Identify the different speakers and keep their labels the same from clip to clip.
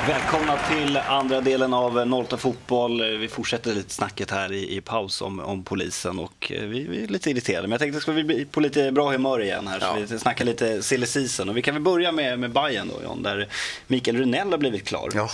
Speaker 1: Välkomna till andra delen av 08 fotboll. Vi fortsätter lite snacket här i paus om polisen och vi är lite irriterade. Men jag tänkte att ska vi bli på lite bra humör igen här så vi snackar lite silly season. Och vi kan väl börja med Bayern då, John, där Mikael Rynell har blivit klar.
Speaker 2: Ja.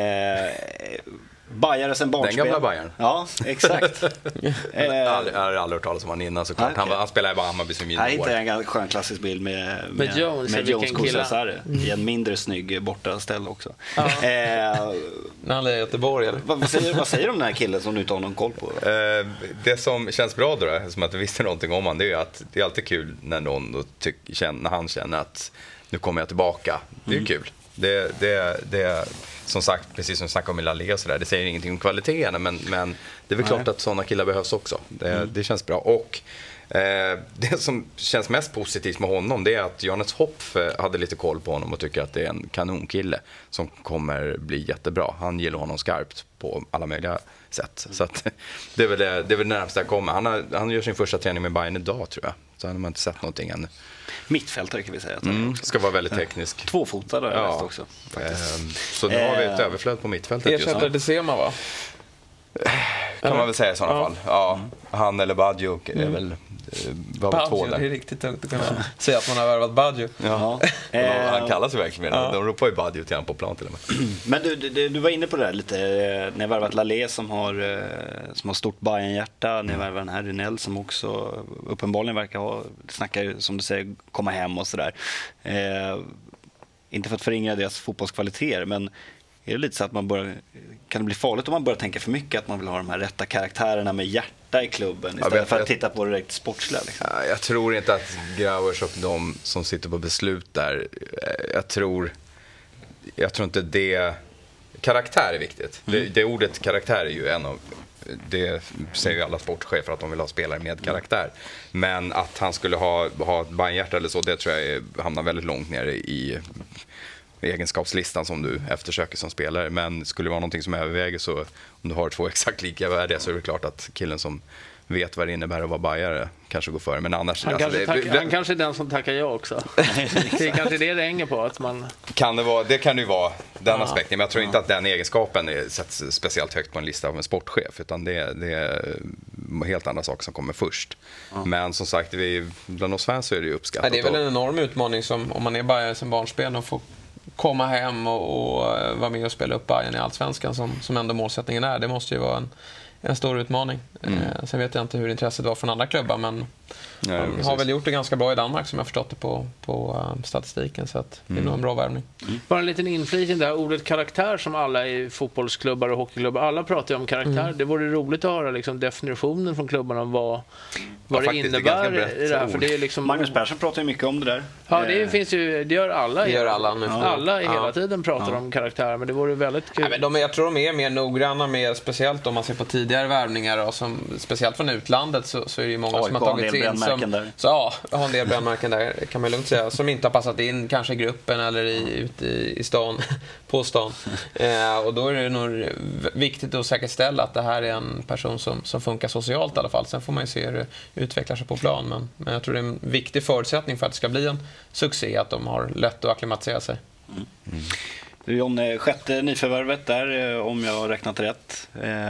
Speaker 1: Bajare sen barnspel.
Speaker 2: Den gamla Bayern.
Speaker 1: Ja, exakt.
Speaker 2: Jag har aldrig hört talas om han innan såklart. Okay. Han spelar bara Hammarby som minor.
Speaker 1: Här hittar jag en skön klassisk bild med Jones Kosasare i en mindre snygg bortaställ också.
Speaker 3: Ja. När han är i Göteborg eller?
Speaker 1: Vad säger de den här killen som du inte har någon koll på?
Speaker 2: Det som känns bra då, som att jag visste någonting om han, det är att det är alltid kul när någon då när han känner att nu kommer jag tillbaka. Det är kul. Det som sagt, precis som vi snackade om i La Liga och sådär, det säger ingenting om kvaliteterna, men det är väl klart att sådana killar behövs också. Det känns bra. Och det som känns mest positivt med honom, det är att Jonas Hopf hade lite koll på honom och tycker att det är en kanonkille som kommer bli jättebra. Han gillar honom skarpt på alla möjliga sätt. Så att, det är väl det närmaste jag kommer. Han gör sin första träning med Bayern idag, tror jag. Så han har inte sett någonting ännu.
Speaker 1: Mittfältare kan vi säga.
Speaker 2: Ska vara väldigt teknisk.
Speaker 1: Tvåfotad har jag läst också.
Speaker 2: Så nu har vi ett överflöd på mittfältet just nu.
Speaker 3: Ersätter det Sema, va?
Speaker 2: Kan man väl säga i sådana fall. Ja, han eller Baggio är väl
Speaker 3: Baggio, det är riktigt tungt att kunna säga att man har värvat Baggio.
Speaker 1: Ja.
Speaker 2: Han kallas ju verkligen med. De ropar ju Baggio till han på plan till och med.
Speaker 1: Men du var inne på det där lite. Ni har värvat Lalé som har stort Bayern-hjärta. Ni har värvat den här Rynell som också uppenbarligen verkar snackar, som du säger, komma hem och sådär. Inte för att förringa deras fotbollskvaliteter, men är det lite så att kan det bli farligt om man börjar tänka för mycket att man vill ha de här rätta karaktärerna med hjärta i klubben istället för att titta på det direkt sportsliga? Liksom?
Speaker 2: Jag tror inte att Grauers och de som sitter på beslut där, jag tror inte det. Karaktär är viktigt. Det ordet karaktär är ju det säger ju alla sportchefer att de vill ha spelare med karaktär. Men att han skulle ha ett Bayern-hjärta eller så, det tror jag hamnar väldigt långt ner i egenskapslistan som du eftersöker som spelare. Men skulle det vara någonting som överväger, så om du har två exakt lika värde, så är det klart att killen som vet vad det innebär att vara bajare kanske går före. Men annars
Speaker 4: han kanske är den som tackar jag också. Det är kanske det hänger på att man
Speaker 2: det kan ju vara den aspekten, men jag tror inte att den egenskapen sätts speciellt högt på en lista av en sportchef, utan det är helt andra saker som kommer först. Men som sagt, bland oss fans så är det ju uppskattat.
Speaker 3: Det är väl en enorm utmaning som, om man är bajare som barnspel, och får komma hem och vara med och spela upp Bayern i Allsvenskan som ändå målsättningen är. Det måste ju vara en stor utmaning. Sen vet jag inte hur intresset var från andra klubbar, men de har väl gjort det ganska bra i Danmark som jag förstått det på statistiken, så att det är nog en bra värvning.
Speaker 4: Bara en liten inflikning där, ordet karaktär som alla i fotbollsklubbar och hockeyklubbar, alla pratar ju om karaktär. Det vore roligt att höra liksom definitionen från klubbarna om vad det innebär i det här, för det är liksom
Speaker 1: Magnus Persson pratar ju mycket om det där.
Speaker 4: Ja, det gör alla.
Speaker 3: Det gör alla nu.
Speaker 4: Alla hela tiden pratar om karaktär, men det vore väldigt kul.
Speaker 3: Men jag tror de är mer noggranna med, speciellt om man ser på tidigare värvningar, och som speciellt från utlandet, så är det ju många som har tagits in har en del brännmärken där, kan man lugnt säga, som inte har passat in kanske i gruppen eller ute i stan, på stan. Och då är det nog viktigt att säkerställa att det här är en person som funkar socialt i alla fall. Sen får man ju se hur det utvecklar sig på plan, men jag tror det är en viktig förutsättning för att det ska bli en succé att de har lätt att akklimatisera sig.
Speaker 1: John, sjätte nyförvärvet där, om jag har räknat rätt.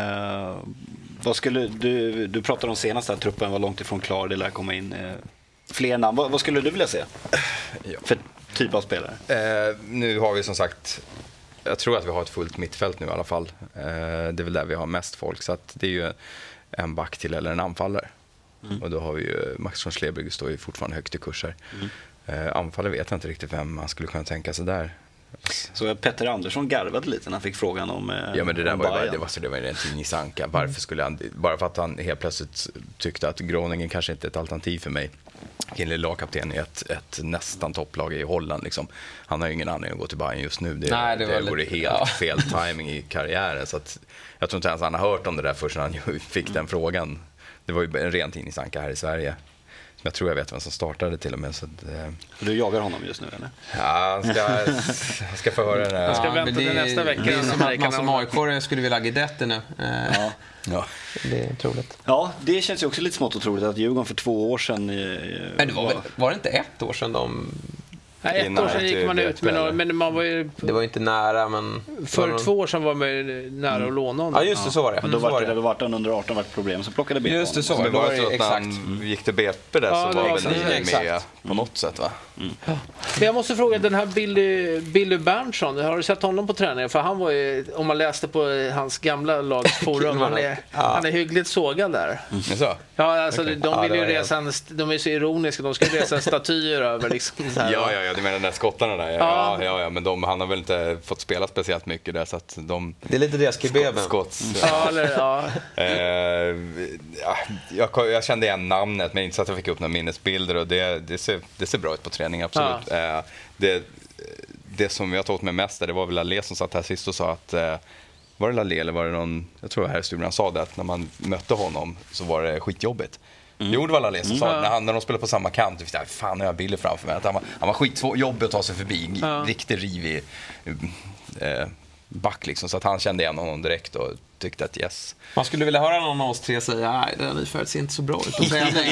Speaker 1: Vad skulle du pratade om senast att truppen var långt ifrån klar, det lär komma in fler namn. Vad skulle du vilja se för typ av spelare?
Speaker 2: Nu har vi som sagt, jag tror att vi har ett fullt mittfält nu i alla fall. Det är väl där vi har mest folk, så att det är ju en back till eller en anfallare. Och då har vi ju Max von Slebrygge står ju fortfarande högt i kurser. Anfallare vet jag inte riktigt vem man skulle kunna tänka sig där.
Speaker 1: Så Petter Andersson garvade lite när han fick frågan om
Speaker 2: ja, men det där var ju en tidningsanka. Varför skulle han, bara för att han helt plötsligt tyckte att Groningen kanske inte är ett alternativ för mig. Kvinnlig lagkapten i ett nästan topplag i Holland liksom. Han har ju ingen anledning att gå till Bayern just nu. Det vore helt fel timing i karriären, så att jag tror inte ens han har hört om det där förrän han fick den frågan. Det var ju en ren tidningsanka här i Sverige. Jag tror jag vet vem som startade till och med. Så
Speaker 1: du jagar honom just nu, eller?
Speaker 2: Ja, jag ska få höra det.
Speaker 4: Jag ska vänta till nästa vecka.
Speaker 3: Det är som att man som AIK skulle vilja Guidetti nu.
Speaker 1: Ja.
Speaker 3: Det är otroligt.
Speaker 1: Ja, det känns ju också lite smått otroligt att Djurgården för 2 år sedan...
Speaker 3: Men var det inte 1 år sedan de
Speaker 4: Nej, ett år sedan gick man ut med men man var ju...
Speaker 3: Det var inte nära, men...
Speaker 4: För 2 år sedan var man nära att låna honom.
Speaker 3: Ja, just det, så var det.
Speaker 1: Då var det under 18 var ett problem, så plockade BP.
Speaker 2: Just det, så var det. Var det så att när han gick till BP där så var väl ni med på något sätt, va?
Speaker 4: Ja. Jag måste fråga, den här Billy Berntsson, har du sett honom på träningen? För han var ju, om man läste på hans gamla lagsforum, han är hyggligt sågad där. Ja, alltså de vill ju resa, de är så ironiska, de ska resa statyer över liksom så här.
Speaker 2: Ja, du menar den där skottarna där. Ja, men han har väl inte fått spela speciellt mycket där, så att de...
Speaker 3: Det är lite deras kebeben.
Speaker 2: Jag kände igen namnet, men inte så att jag fick upp några minnesbilder, och det ser bra ut på träning, absolut. Det som jag tog åt mig mest där, det var väl Lalé som satt här sist och sa att var det Lalé eller var det någon, jag tror här i studion han sa det, att när man mötte honom så var det skitjobbigt. Jo, det var Lalé som sa när de spelade på samma kant, så jag fan, nu har jag Billy framför mig, att han var skitjobbig att ta sig förbi, riktigt rivig back liksom, så att han kände igen honom direkt och tyckte att yes.
Speaker 3: Man skulle vilja höra någon av oss tre säga, nej, det nyfödd ser inte så bra ut.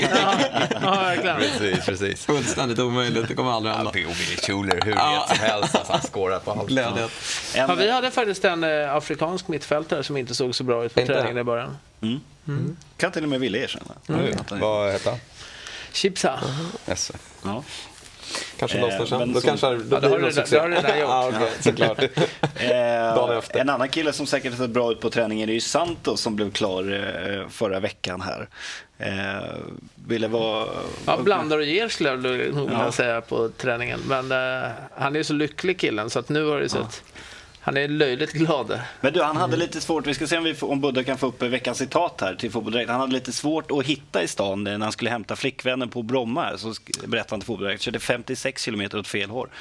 Speaker 2: Precis.
Speaker 3: Fullständigt omöjligt, det kommer aldrig hända.
Speaker 2: Billy Schuler, hur vet som helst, alltså, han skårar på allt.
Speaker 4: Vi hade faktiskt en afrikansk mittfältare som inte såg så bra ut på träningen i början.
Speaker 1: Kan till och med vilja erkänna.
Speaker 2: Vad heter han?
Speaker 4: Chipsa.
Speaker 2: Yes.
Speaker 1: Ja.
Speaker 3: Kanske lossnar sen. Då kanske
Speaker 4: det har du redan gjort.
Speaker 3: Såklart.
Speaker 1: En annan kille som säkert sett bra ut på träningen är ju Santos, som blev klar förra veckan här. Ville vara...
Speaker 4: blandar och ger skulle jag nog säga på träningen. Men han är så lycklig killen, så att nu har det sett... Han är löjligt glad.
Speaker 1: Men du, han hade lite svårt, vi ska se om Budde kan få upp veckans citat här till Fotboll Direkt. Han hade lite svårt att hitta i stan när han skulle hämta flickvännen på Bromma här, så berättade han till Fotboll Direkt. Körde 56 kilometer åt fel håll.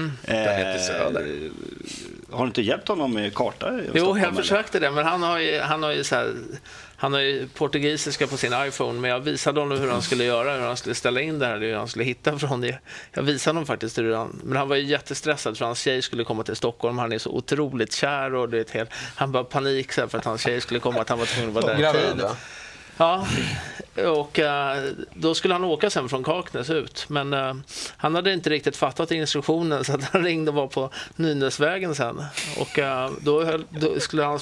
Speaker 1: Har du inte hjälpt honom med karta?
Speaker 4: Jo, jag försökte det, men han har ju portugisiska på sin iPhone, men jag visade honom hur han skulle göra, hur han skulle ställa in det här, hur han skulle hitta från det. Jag visade honom faktiskt men han var ju jättestressad för hans tjej skulle komma till Stockholm. Han är så otroligt kär och han bara panik så här, för att hans tjej skulle komma, att han var tvungen att vara där tid. Ja, och då skulle han åka sen från Kaknäs ut, men han hade inte riktigt fattat instruktionen, så att han ringde och var på Nynäsvägen sen, och då skulle hans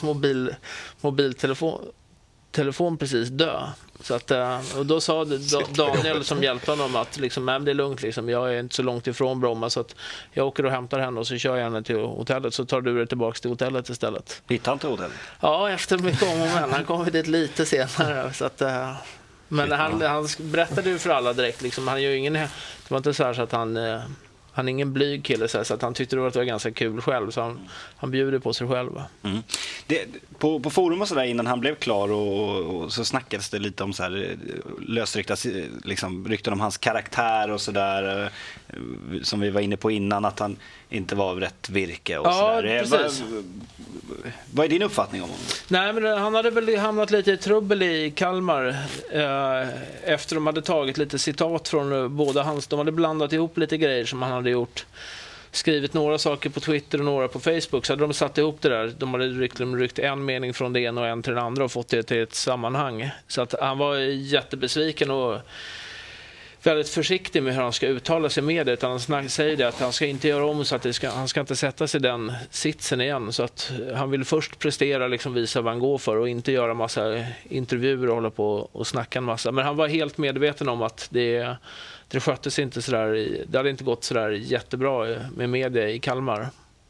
Speaker 4: mobiltelefon precis dö. Så att, och då sa Daniel som hjälpte honom att liksom, men det är lugnt, liksom, jag är inte så långt ifrån Bromma, så att jag åker och hämtar henne och så kör jag henne till hotellet, så tar du det tillbaka till hotellet istället.
Speaker 1: Hittade han till hotellet?
Speaker 4: Ja, efter mycket om och men. Han kom dit lite senare, så att, men han berättade ju för alla direkt liksom, han gör ju det var inte så här så att han är ingen blyg kille, så att han tyckte det var ganska kul själv, så han bjuder på sig själv.
Speaker 1: På forum och så där, innan han blev klar och så snackades det lite om så här lösryckta liksom, rykten om hans karaktär och så där, som vi var inne på innan, att han inte var av rätt virke och så där. Vad är din uppfattning om honom?
Speaker 4: Nej, men han hade väl hamnat lite i trubbel i Kalmar efter de hade tagit lite citat från båda hans. De hade blandat ihop lite grejer som han hade gjort. Skrivit några saker på Twitter och några på Facebook, så hade de satt ihop det där. De hade ryckt en mening från det ena och en till den andra och fått det till ett sammanhang. Så att han var jättebesviken och väldigt försiktig med hur han ska uttala sig med det, utan han säger det att han ska inte göra om, så att han ska inte sätta sig i den sitsen igen, så att han vill först prestera, liksom visa vad han går för, och inte göra massa intervjuer och hålla på och snacka en massa. Men han var helt medveten om att det sköttes inte sådär, det hade inte gått sådär jättebra med media i Kalmar.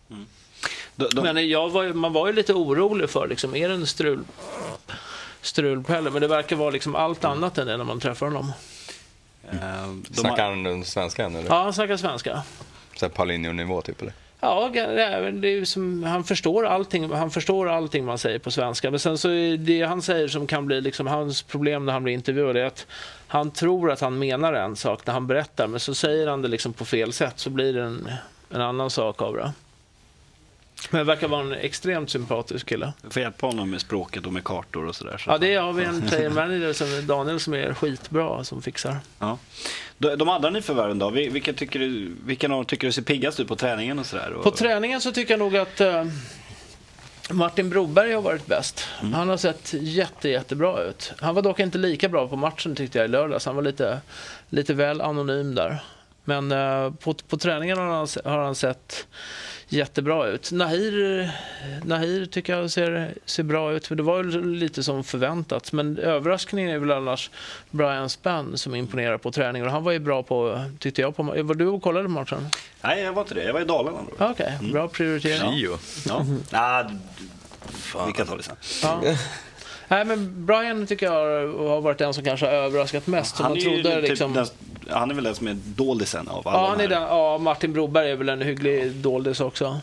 Speaker 4: Men man var ju lite orolig för liksom, är det en strulpelle, men det verkar vara liksom allt annat än det när man träffar honom.
Speaker 2: Snackar han svenska än, eller?
Speaker 4: Ja, han snackar svenska.
Speaker 2: Så här Paulinho-nivå typ, eller?
Speaker 4: Ja, det är som, han förstår allting man säger på svenska. Men sen så är det han säger som kan bli liksom hans problem när han blir intervjuad, är att han tror att han menar en sak när han berättar, men så säger han det liksom på fel sätt, så blir det en annan sak av det. Men det verkar vara en extremt sympatisk kille.
Speaker 1: Du får hjälpa honom med språket och med kartor och sådär.
Speaker 4: Ja, det har vi en player manager som Daniel som är skitbra, som fixar.
Speaker 1: Ja. De andra nyförvärven då, vilka av dem tycker du ser piggast ut på träningen och sådär?
Speaker 4: På träningen så tycker jag nog att Martin Broberg har varit bäst. Han har sett jättebra ut. Han var dock inte lika bra på matchen tyckte jag i lördags. Han var lite väl anonym där. Men på träningen har han sett jättebra ut. Nahir tycker jag ser bra ut. För det var ju lite som förväntat. Men överraskningen är väl annars Brian Spann som imponerar på träningen. Och han var ju bra på, tyckte jag. Var du och kollade matchen?
Speaker 1: Nej, jag var inte det. Jag var i Dalarna.
Speaker 4: Okej, bra prioritering.
Speaker 1: Ja. Vi kan ta det sen.
Speaker 4: Ja. Nej, men Brian tycker jag har varit den som kanske har överraskat mest. Som
Speaker 1: han är väl den som är doldisen av alla.
Speaker 4: Ja, han är den. Ja, Martin Broberg är väl en hygglig doldis också.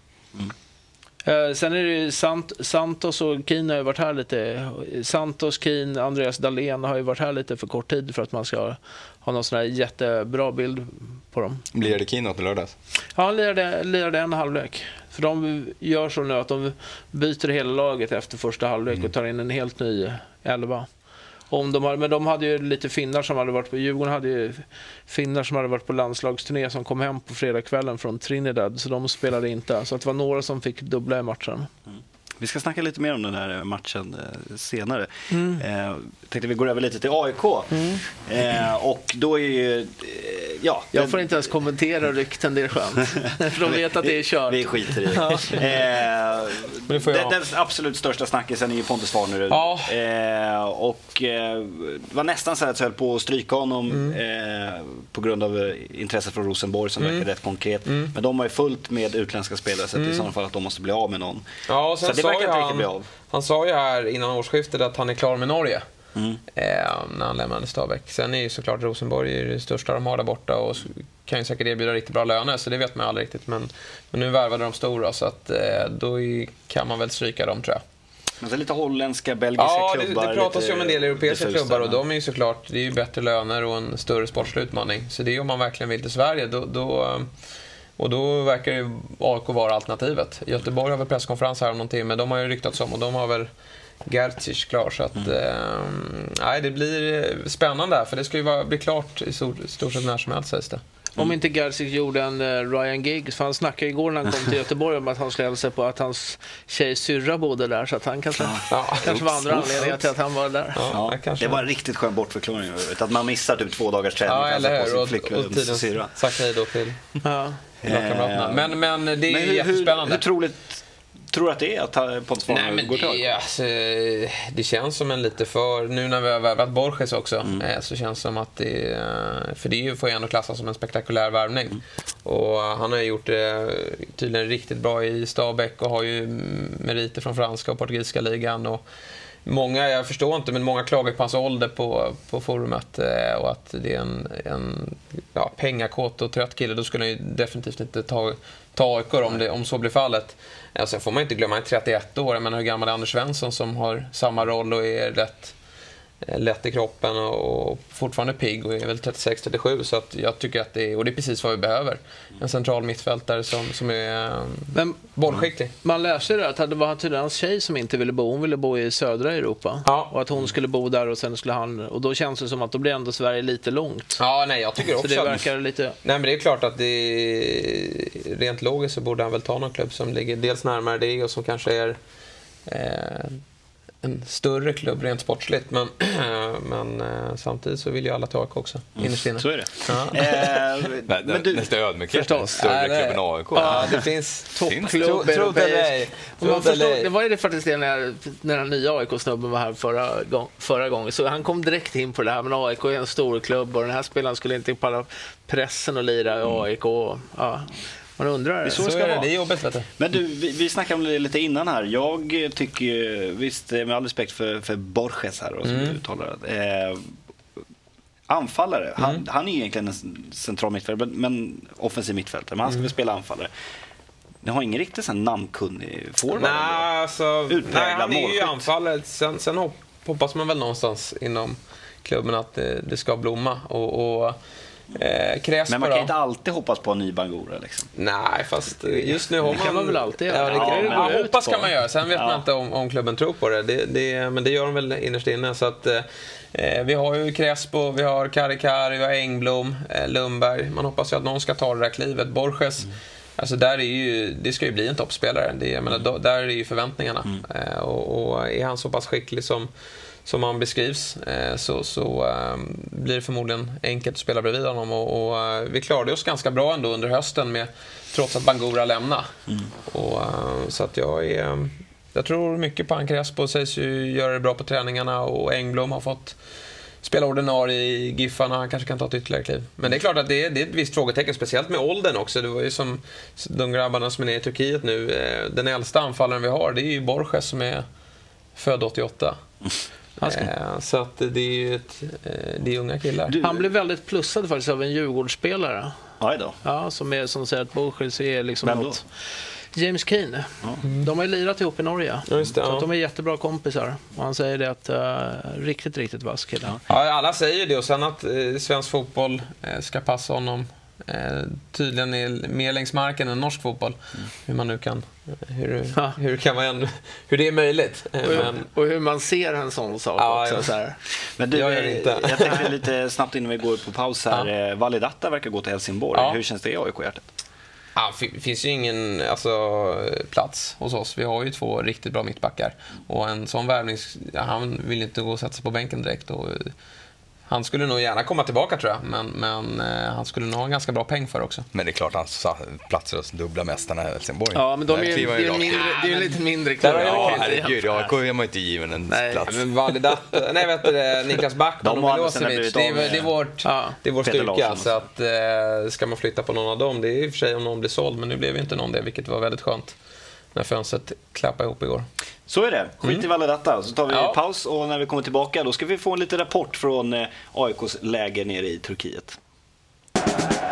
Speaker 4: Sen är det ju Santos och Keane har ju varit här lite. Santos, Keane, Andreas Dahlén har ju varit här lite för kort tid för att man ska ha någon sån här jättebra bild på dem.
Speaker 2: Blir det Keane till lördags?
Speaker 4: Ja, han lirade en halvlek. För de gör så nu att de byter hela laget efter första halvlek och tar in en helt ny 11. Men de hade ju lite finnar som hade varit på Djurgården, hade ju finnar som hade varit på landslagsturné som kom hem på fredagskvällen från Trinidad, så de spelade inte. Så det var några som fick dubbla i matchen.
Speaker 1: Vi ska snacka lite mer om den här matchen senare. Tänkte vi går över lite till AIK. Och då är ju...
Speaker 4: jag får inte ens kommentera rykten, det är skönt. För de vet att det är kört.
Speaker 1: Vi skiter i det. Den absolut största snackisen är ju Pontus Farnerud. Och det var nästan så att jag höll på att stryka honom på grund av intresset från Rosenborg som verkar rätt konkret. Men de har ju fullt med utländska spelare, så det är i sådana fall att de måste bli av med någon.
Speaker 3: Ja,
Speaker 1: så det verkar inte riktigt bli av.
Speaker 3: Han sa ju här innan årsskiftet att han är klar med Norge. När han lämnade Stabäck. Sen är ju såklart Rosenborg det största de har där borta och kan ju säkert erbjuda riktigt bra löner, så det vet man aldrig riktigt, men nu värvade de stora, så att då kan man väl stryka dem, tror jag.
Speaker 1: Men så lite holländska, belgiska klubbar.
Speaker 3: Det pratas ju om en del europeiska klubbar, och de är ju såklart, det är ju bättre löner och en större sportslig utmaning, så det är om man verkligen vill till Sverige, och då verkar ju AIK vara alternativet. Göteborg har väl presskonferens här om någonting, men de har ju ryktats om, och de har väl Gerzic klar, så att det blir spännande här, för det ska ju bli klart i stort sett när som helst, sägs det.
Speaker 4: Om inte Gerzic gjorde en Ryan Giggs, för han snackade igår när han kom till Göteborg om att han skulle hälsa på att hans tjej syrra bodde där, så att han kanske var andra anledningar till att han var där.
Speaker 1: Det var en riktigt skön bortförklaring, att man missar typ 2 dagars träning
Speaker 3: på sin flickväns syrra. Sagt hej då till men det är jättespännande.
Speaker 1: Hur troligt tror du att det är att Pontus Farnerud går till?
Speaker 3: Det känns som en lite för... Nu när vi har värvat Borges också, så känns det som att det... För det får ju ändå klassas som en spektakulär värvning. Och han har gjort det tydligen riktigt bra i Stabäck och har ju meriter från franska och portugisiska ligan. Och många, jag förstår inte, men många klagar på hans ålder på forumet, och att det är en pengakåt och trött kille. Då skulle han ju definitivt inte ta AIK om så blir fallet. Sen får man inte glömma, en 31 år. Jag menar, hur gammal är Anders Svensson som har samma roll och är lätt i kroppen och fortfarande pigg och är väl 36-37, så att jag tycker att det är precis vad vi behöver. En central mittfältare som är bollskicklig.
Speaker 4: Man läser det att det var tydligen hans tjej som inte ville bo. Hon ville bo i södra Europa. Och att hon skulle bo där, och sen skulle han, och då känns det som att då blir ändå Sverige lite långt.
Speaker 3: Jag tycker också.
Speaker 4: Så det verkar lite...
Speaker 3: Nej, men det är klart att rent logiskt så borde han väl ta någon klubb som ligger dels närmare det och som kanske är en större klubb rent sportsligt, men samtidigt så vill ju alla ta AIK också.
Speaker 1: Så är det.
Speaker 2: Men du, nästa ödmjukhet, större klubb än AIK.
Speaker 3: Ja, det finns toppklubb.
Speaker 4: Det var ju det faktiskt det när den nya AIK-snubben var här förra gången. Så han kom direkt in på det här, men AIK är en stor klubb och den här spelaren skulle inte på alla pressen och lira i AIK. Man undrar.
Speaker 3: Det är jobbigt, vet du.
Speaker 1: Men du, vi snackade om det lite innan här. Jag tycker, visst, med all respekt för Borges här, och som du talar, anfallare. Han är egentligen en central mittfältare, men offensiv mittfältare. Men han ska väl spela anfallare. Ni har ingen riktigt sån namnkunnig forward?
Speaker 3: Nej, han är ju anfallare. Sen hoppas man väl någonstans inom klubben att det ska blomma.
Speaker 1: Men man kan inte alltid hoppas på en ny Bangura liksom.
Speaker 3: Nej, fast just nu har
Speaker 4: kan man väl alltid
Speaker 3: göra. Hoppas kan man göra. Sen vet man inte om klubben tror på det. Men det gör de väl innerst inne. Så att, vi har ju Crespo, vi har Karikari, vi har Engblom, Lundberg. Man hoppas ju att någon ska ta det där klivet. Borges, alltså det ska ju bli en toppspelare. Jag menar, där är ju förväntningarna. Och är han så pass skicklig som som han beskrivs, så blir det förmodligen enkelt att spela bredvid honom. Och vi klarade oss ganska bra ändå under hösten trots att Bangura lämnade. Så att jag tror mycket på Crespo, sägs ju göra det bra på träningarna, och Engblom har fått spela ordinarie i Giffarna, han kanske kan ta ett ytterligare kliv. Men det är klart att det är ett visst frågetecken, speciellt med åldern också. Det var ju som de grabbarna som är i Turkiet nu, den äldsta anfallaren vi har, det är ju Borges som är född 88. Så att det är ju det är unga killar.
Speaker 4: Han blev väldigt plussad faktiskt av en Djurgårdsspelare.
Speaker 1: Aj då.
Speaker 4: Ja, som säger att Borges är liksom något. James Keane. De har ju lirat ihop i Norge.
Speaker 3: Just det,
Speaker 4: så att de är jättebra kompisar. Och han säger det att riktigt vass kille.
Speaker 3: Ja, alla säger det, och sen att svensk fotboll ska passa honom tydligen är mer längs marken än norsk fotboll. Hur man nu kan hur det är möjligt.
Speaker 4: Och hur man ser en sån sak också. Så här.
Speaker 1: Men du, jag tänkte lite snabbt innan vi går på paus här. Validatta verkar gå till Helsingborg. Hur känns det i AIK-hjärtat?
Speaker 3: Ja, finns ju ingen plats hos oss. Vi har ju 2 riktigt bra mittbackar. Och en sån värvning, han vill inte gå och sätta sig på bänken direkt. Och han skulle nog gärna komma tillbaka, tror jag. Men han skulle nog ha en ganska bra peng för också.
Speaker 2: Men det är klart, han platsar hos dubbla mästarna i Helsingborg.
Speaker 4: Ja, men det är ju lite mindre klubb.
Speaker 2: Ja, herregud, jag är man inte given en plats.
Speaker 3: Men Validat, Niklas Backman och Milosevic, det är vår styrka. Så att ska man flytta på någon av dem, det är i och för sig om någon blir såld, men nu blev inte någon det, vilket var väldigt skönt när fönstret klappade ihop igår.
Speaker 1: Så är det. Skit i Validatta. Så tar vi paus, och när vi kommer tillbaka då ska vi få en liten rapport från AIKs läger nere i Turkiet.